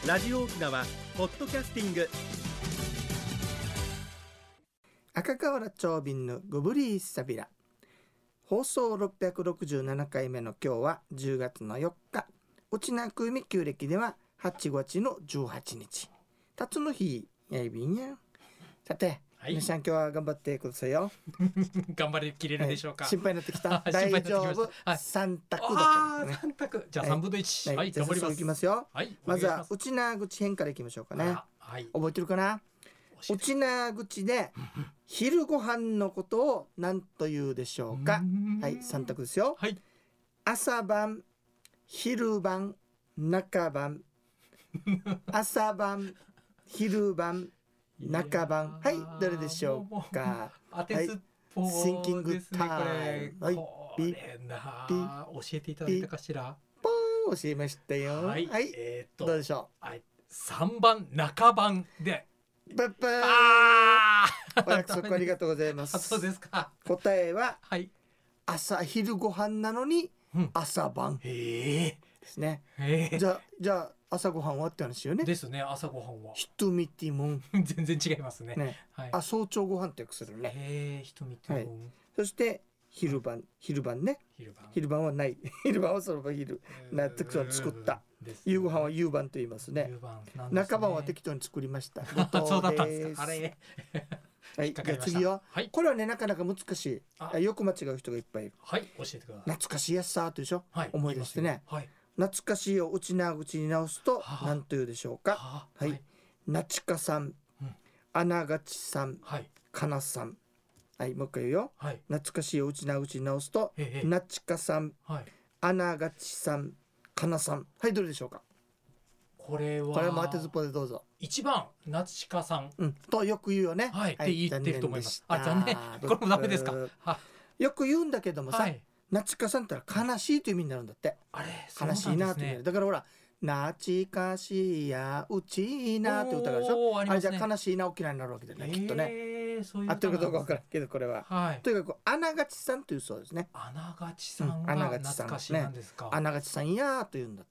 ラジオ沖縄ポッドキャスティング。 赤瓦町便のゴブリーサビラ、放送667回目の今日は10月の4日、内なくみ旧暦では8月の18日、辰の日やいびんや。さて、 はい、 皆さん今日は頑張ってくださいよ。 頑張りきれるでしょうか。 心配になってきた。 心配になっ大てきました丈夫。 はい、 3択だからね。 3択。じゃあ3分の1。はい、 じゃあ頑張ります。 いきますよ。 はい、 まずは内な口編からいきましょうかね。 はい、 覚えてるかな。内な口で昼ご飯のことを何と言うでしょうか。はい、3択ですよ。 はい、 朝晩、昼晩、中晩。朝晩、昼晩、中晩。はい、どれでしょうか。 当てずっぽシンキングですね、 タイム。 これ。これな、教えていただいたかしら。 ポーン教えましたよ。 はい、 どうでしょう。はい、3番中番で。 ブッブー。お約束ありがとうございます。 そうですか。 答えは、 はい、 朝昼ご飯なのに朝晩ですね。じゃあ朝ご飯はって話よね。 ですね、朝ご飯は。 ひとみてもん。 全然違いますね。 はい、早朝ご飯って訳するね。 ひとみてもん。はい、 そして昼晩ね。昼晩はない。昼晩はその場昼。納得さん作った。夕ご飯は夕晩と言いますね。中晩は適当に作りました。 そうだったんですか。あれ。 はい、じゃあ次よ。これはねなかなか難しい。よく間違う人がいっぱいいる。 はい、教えてください。 懐かしいやつさとでしょ。思い出してね。 はい。 懐かしいを内な口に直すと何と言うでしょうか。はい。なちかさん、あながちさん、かなさん。はい、もう一回言うよ。懐かしいを内な口に直すとなちかさん、あながちさん、かなさん。はい、どれでしょうか。 これはも当てずっぽでどうぞ。 1番なちかさん、 とよく言うよね。 はい、って言ってると思います。残念。これもダメですか。 よく言うんだけどもさ、なちかさんって悲しいという意味になるんだって。 あれ、 悲しいなという意味だからほら、なちかしやうちなって歌がでしょ。あれじゃ悲しいな沖縄になるわけだね、きっとね。合ってるかどうか分からんけどこれは。とにかくあながちさんというそうですね。 あながちさんが懐かしいなんですか。 あながちさんやというんだって。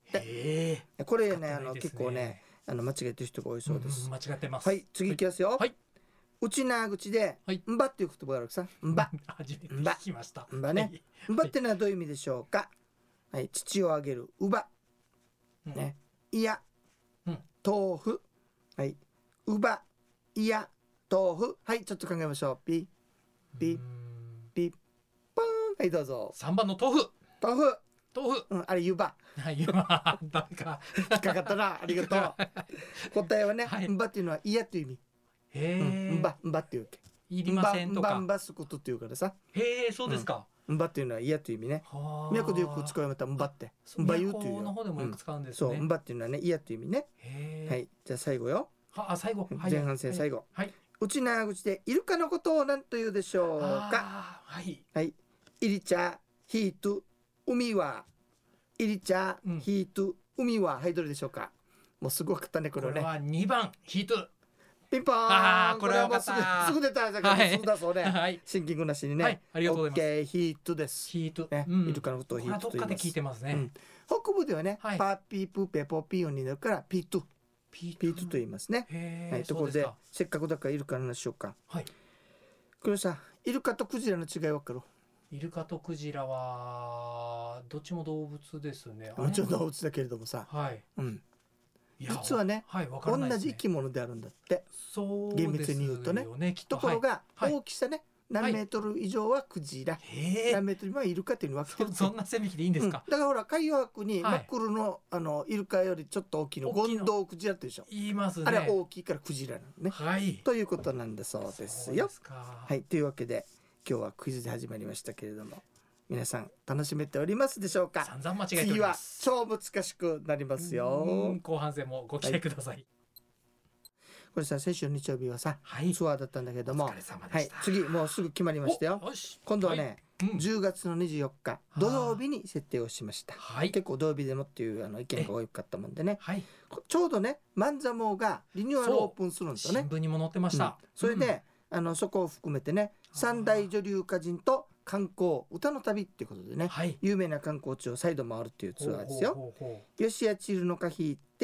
これね結構ね間違えてる人が多いそうです。 間違ってます。 はい、次いきますよ。内な口でんばっていう言葉があるさ。んば。 初めて聞きました。 んばね。んばってのはどういう意味でしょうか。はい、乳をあげるうば。ね。いや。豆腐。はい。うば。いや。豆腐。はい、ちょっと考えましょう。ピピピポーン。はい、どうぞ。 3番の豆腐。 あれ湯葉。 湯葉。誰か引っかかったな。ありがとう。答えはね、んばっていうのは嫌という意味。んばっていうわけ。 いりませんとか。 んばすことっていうからさ。 そうですか。 んばっていうのは嫌という意味ね。都でよく使われたんばって。んば言うというよ。 の方でもよく使うんですね。 そう、んばっていうのはね、嫌という意味ね。はい、じゃあ最後よ。 最後。 前半戦最後。内な口でイルカのことを何と言うでしょうか。はい。イリチャヒート海は。イリチャヒート海は。はい、どれでしょうか。もうすごかったねこれね。 これは2番ヒート。 ピンポーン。 これはもうすぐ出た。すぐ出そうね。シンキングなしにね。 ありがとうございます。 オッケー、ヒートです。 ヒート。 イルカのことをヒートと言います。 どっかで聞いてますね。 北部ではね、パーピープーペポピー音になるからピート。ピートと言いますね。ところでせっかくだからイルカの話しようか。これさ、イルカとクジラの違い分かる？ イルカとクジラはどっちも動物ですね。 もちろん動物だけれどもさ、実はね、同じ生き物であるんだって。厳密に言うとね。ところが大きさね、何メートル以上はクジラ、何メートルはイルカっていうの分けてる。 そんな線引きでいいんですか。 だからほら海洋博にマックルのイルカよりちょっと大きいのゴンドウクジラってでしょ。 言いますね。 あれは大きいからクジラなのね。ということなんだそうですよ。はい、というわけで今日はクイズで始まりましたけれども、皆さん楽しめておりますでしょうか。 散々間違えております。 次は超難しくなりますよ。 後半戦もご期待ください。 これさ、先週日曜日はさ、ツアーだったんだけども、次もうすぐ決まりましたよ。今度はね、10月の24日土曜日に設定をしました。結構土曜日でもっていう意見が多かったもんでね、ちょうどね万座網がリニューアルオープンするんですよね。 新聞にも載ってました。 それでそこを含めてね、三大女流歌人と観光歌の旅っていうことでね、有名な観光地を再度回るっていうツアーですよ。吉谷チルノカヒ行って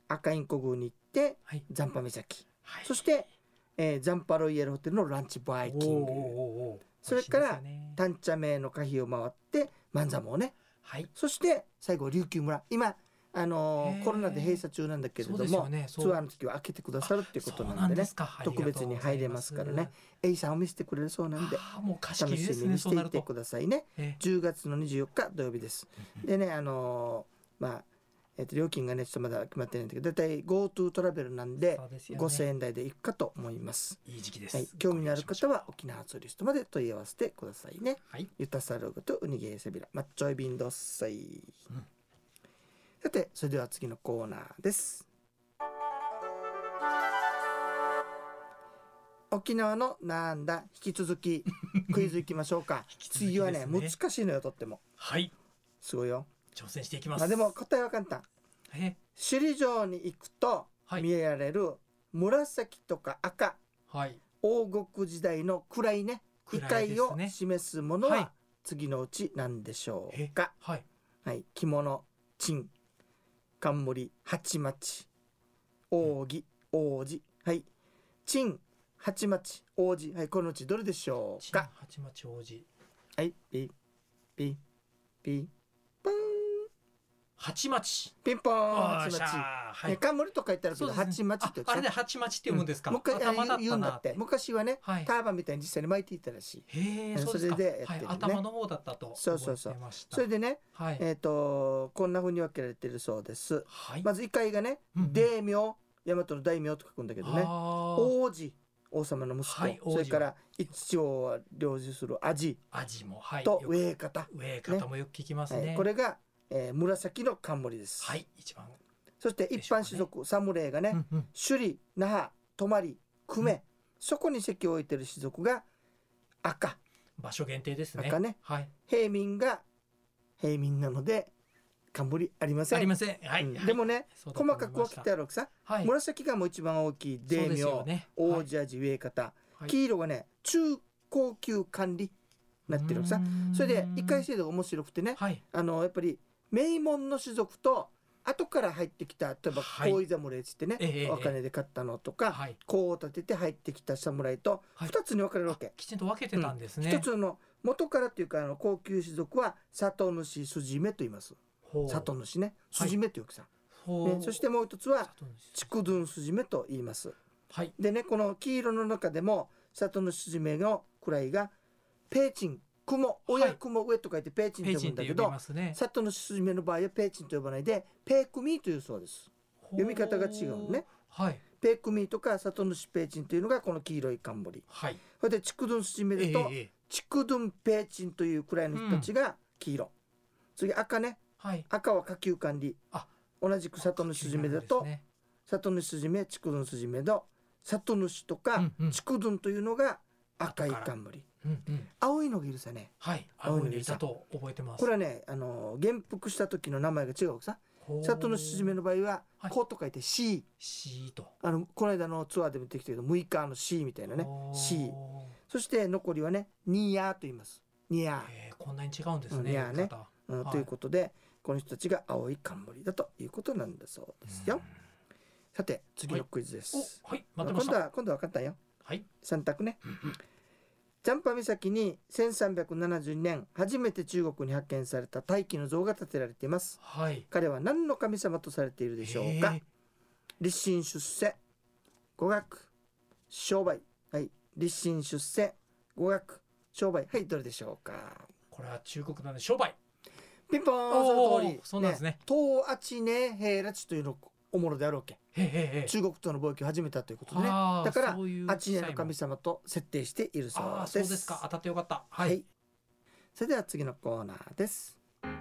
赤インコ宮に行って、 はい、 残波岬、 はい、 そして、残波ロイヤルホテルのランチバイキング、それから、タンチャメの可否を回って万座網ね、 はい、 そして最後琉球村、今コロナで閉鎖中なんだけれども、ね、ツアーの時は開けてくださるっていうことなんでね、特別に入れますからね、エイさんを見せてくれるそうなんで、 もう楽しみにしていてくださいね。10月の24日土曜日です。でね、料金がねちょっとまだ決まってないんだけど、だいたい GoTo トラベルなんで5000円台で行くかと思います。 いい時期です、 はい、興味のある方は沖縄ツーリストまで問い合わせてくださいね。 はい、 ユタサルグとウニゲーセビラマッチョイビンドッサイ、さてそれでは次のコーナーです。沖縄のなんだ引き続きクイズいきましょうか。次はね難しいのよ、とっても。 はい、 すごいよ。 挑戦していきます。 でも答えは簡単。首里城に行くと見えられる紫とか赤、はい、王国時代の位ね、位を示すものは次のうち何でしょうか。はい、はい、着物、鎮、冠、鉢町、扇、王子、はい、鎮、鉢町、王子、はい、このうちどれでしょうか。 鉢町、王子、 はい、ピピピポン、 鉢町、 ピンポーン、鉢町、はい、冠と書いてあるけど鉢町ってあれで鉢町って読むんですか。 もう一回言うんだって。昔はね、ターバンみたいに実際に巻いていたらしい。それでやってるね。頭の方だったと。そう。それでね、こんな風に分けられてるそうです。まず異界がね、大名、大和の大名と書くんだけどね、王子、王様の息子、それから一応は領事する味と上方もよく聞きますね。 これが紫の冠です。 はい、一番。 そして一般種族、侍がね、首里、那覇、泊、久米、そこに席を置いてる種族が赤。 場所限定ですね。 赤ね。平民が平民なので冠ありません。 ありません。はい。 でもね、細かく分けてあるわけさ。紫がもう一番大きい大名、王子味、上方。黄色がね、中高級管理なってるわけさ。それで一回制度が面白くてね、やっぱり名門の種族と後から入ってきた、例えば高位侍つってね、お金で買ったのとか、こう立てて入ってきた侍と2つに分かれるわけ。 きちんと分けてたんですね。 一つの元からっていうか高級種族は里主筋目と言います。里主ね、筋目というかさ、そしてもう一つは筑dun筋目と言います。でね、この黄色の中でも里主筋目の位がペーチン、雲、親雲上と書いてペーチンと呼ぶんだけど、里の筋目の場合はペーチンと呼ばないでペークミーというそうです。読み方が違うね。ペークミーとか里主ペーチンというのがこの黄色い冠。それで筑dun筋目だと筑dunペーチンというくらいの人たちが黄色。次赤ね、赤は下級管理。同じく里の筋目だと里の筋目、筑dun筋目の里主とか筑dunというのが赤い冠。青いのがいるさね。 青いのいたと覚えてます。 これはね、元服した時の名前が違うさ。里の筋目の場合はこうと書いて C と、 この間のツアーでも出てきたけど6日C みたいなね C。 そして残りはねニヤーと言います。ニヤー、 こんなに違うんですね。 ニヤーね、ということでこの人たちが青い冠だということなんだそうですよ。さて次のクイズです。今度は簡単よ。3択ね。残波岬に1372年初めて中国に発見された大気の像が建てられています。彼は何の神様とされているでしょうか。立身出世、語学、商売。立身出世、語学、商売。どれでしょうか。 これは中国なんで商売。 ピンポーン。その通り。 そうなんですね。 東アチネヘイラチというのおもろであるわけ。中国との貿易を始めたということでね。だからアチネの神様と設定しているそうです。 そうですか。当たってよかった。 それでは次のコーナーです。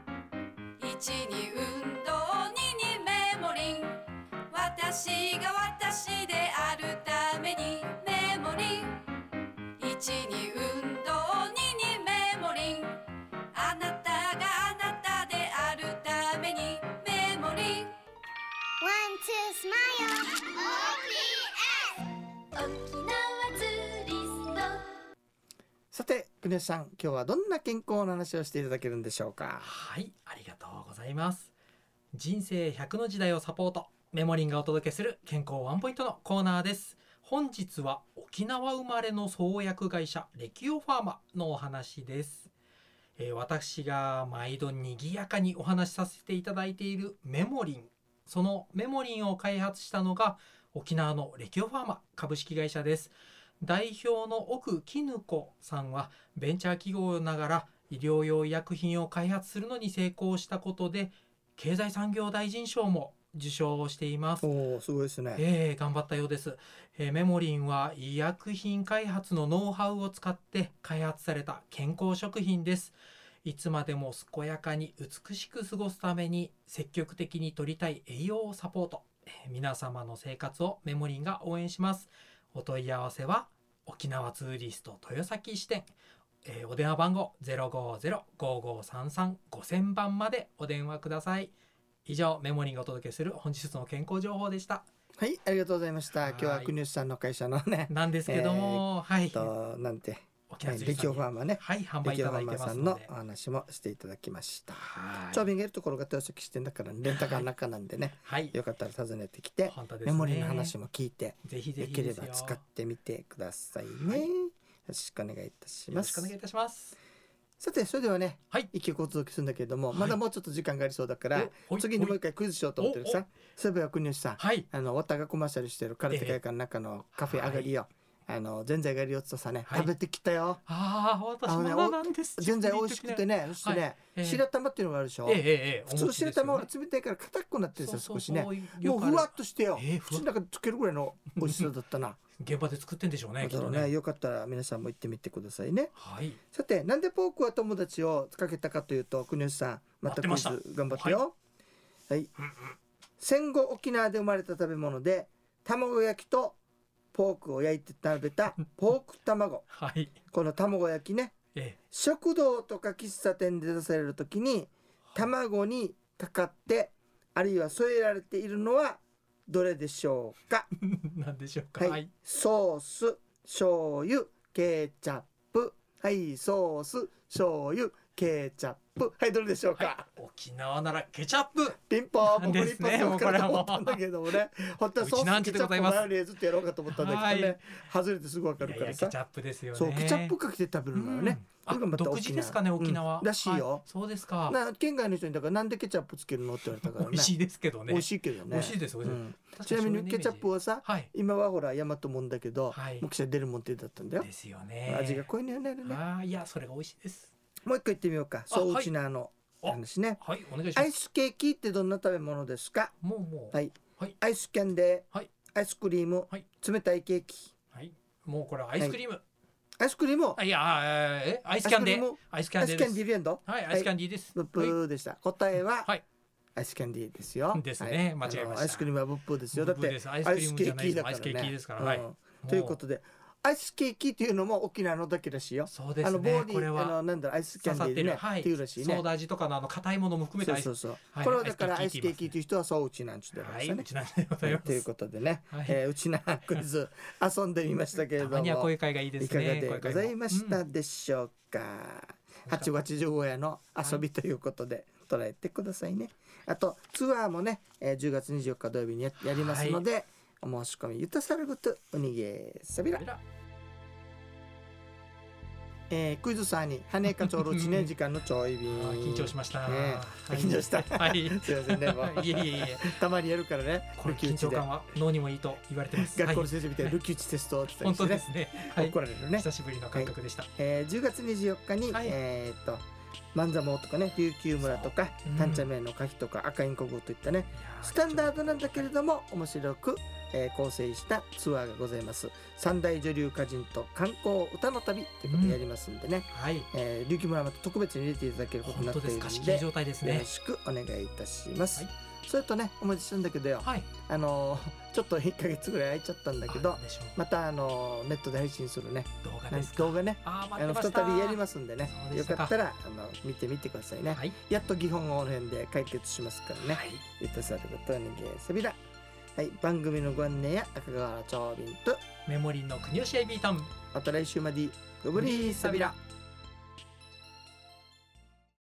1に運動、2にメモリン、私が私であるためにメモリン。1に運動、2にメモリン、あなたがあなたであるためにメモリン。 One, two, smile. OPS 沖縄ツーリスト。 さて国吉さん、今日はどんな健康の話をしていただけるんでしょうか。 ありがとうございます。人生100の時代をサポート、 メモリンがお届けする健康ワンポイントのコーナーです。本日は沖縄生まれの創薬会社レキオファーマのお話です。私が毎度にぎやかにお話しさせていただいているメモリン、そのメモリンを開発したのが沖縄のレキオファーマ株式会社です。代表の奥絹子さんはベンチャー企業ながら医療用医薬品を開発するのに成功したことで経済産業大臣賞も受賞しています。 すごいですね。 頑張ったようです。メモリンは医薬品開発のノウハウを使って開発された健康食品です。いつまでも健やかに美しく過ごすために積極的に摂りたい栄養をサポート、皆様の生活をメモリンが応援します。お問い合わせは沖縄ツーリスト豊崎支店、お電話番号 050-5533-5000 番までお電話ください。以上、メモリンがお届けする本日の健康情報でした。 はい、ありがとうございました。今日は国吉さんの会社のねなんですけども、 なんて沖縄レキオファーマね、 販売いただいてますので、 レキオファーマさんのお話もしていただきました。長瓶がいるところが豊崎支店だからレンタカーの中なんでね、よかったら訪ねてきて、メモリーの話も聞いて、 ぜひぜひよければ使ってみてくださいね。よろしくお願いいたします。 よろしくお願いいたします。 さて、それではね、一曲お届けするんだけれども、まだもうちょっと時間がありそうだから、次にもう一回クイズしようと思ってるさ。そういえば国吉さん、わたがコマーシャルしてる空手会館の中のカフェ上がりよ、ぜんざいがりよってさね、食べてきたよ。 私もなんです。 ぜんざい美味しくてね、そしてね、白玉っていうのがあるでしょ。普通白玉は冷たいから硬くなってるさ、少しね。もうふわっとしてよ。口の中につけるぐらいの美味しさだったな。 現場で作ってんでしょうね。 よかったら皆さんも行ってみてくださいね。さて、なんでポークは友達をかけたかというと、国吉さん、またクイズ頑張ってよ。戦後沖縄で生まれた食べ物で、卵焼きとポークを焼いて食べたポーク卵。この卵焼きね、食堂とか喫茶店で出されるときに卵にかかってあるいは添えられているのはどれでしょうか。 何でしょうか。 ソース、醤油、ケチャップ。ソース、醤油、ケチャップ。どれでしょうか。 沖縄ならケチャップ。 ピンポン。僕一発分からなかったんだけどもね。本当はソース、ケチャップ、マヨネーズってやろうかと思ったんだけどね。外れてすぐ分かるからさ。 ケチャップですよね。 そう、ケチャップかけて食べるのよね。 独自ですかね、沖縄。 らしいよ。 そうですか。 県外の人にだからなんでケチャップつけるのって言われたからね。 美味しいですけどね。 美味しいけどね。 美味しいです。 ちなみにケチャップはさ、今はほら大和もんだけど、目視出るもんってだったんだよ。 ですよね。 味が濃いのよね。 いや、それが美味しいです。 もう一回言ってみようか。そううちなの話ね。 お願いします。 アイスケーキってどんな食べ物ですか。アイスキャンデー、アイスクリーム、冷たいケーキ。 もうこれアイスクリーム。 アイスクリーム。 アイスキャンデー。 アイスキャンディーです。 アイスキャンディーです。 ブップーでした。答えはアイスキャンディーですよ。 ですね。間違えました。 アイスクリームはブップーですよ。だってアイスケーキだからね。 アイスケーキですから。 ということで。アイスケーキっていうのも沖縄のだけらしいよ。 そうですね。 棒になんだろう、アイスキャンディーでねっていうらしいね。 ソーダ味とかの硬いものも含めてアイス。 これはだからアイスケーキという人はそううちなんちゅうだよね。ということでね、うちなクイズ遊んでみましたけれども、 たまにはこういう会がいいですね。 いかがでございましたでしょうか。8月15夜の遊びということで捉えてくださいね。あとツアーもね、10月24日土曜日にやりますので、お申し込みゆたさるぐとうにげさびら。クイズさんに羽かちょろちね時間のちょい便。 緊張しました。 緊張した。すいませんね。 いえ。 たまにやるからね。 これ緊張感は脳にもいいと言われてます。 学校の先生みたいなルキュチテストを伝えてね。 本当ですね。 怒られるね。 久しぶりの感覚でした。 10月24日に万座毛とかね、琉球村とかタンチャメの歌碑とか赤インコ号といったね、スタンダードなんだけれども面白く構成したツアーがございます。三大女流歌人と観光歌の旅ということをやりますんでね、琉球村また特別に入れていただけることになっているので、よろしくお願いいたします。それとね、思い出したんだけどよ、ちょっと1ヶ月ぐらい空いちゃったんだけど、またネットで配信するね動画ね、再びやりますんでね、よかったら見てみてくださいね。やっと基本応編で解決しますからね。ゆたさることにげさびら。番組のご案内や赤川長瓶とメモリーの国吉エビータン。 また来週までごぶりさびら。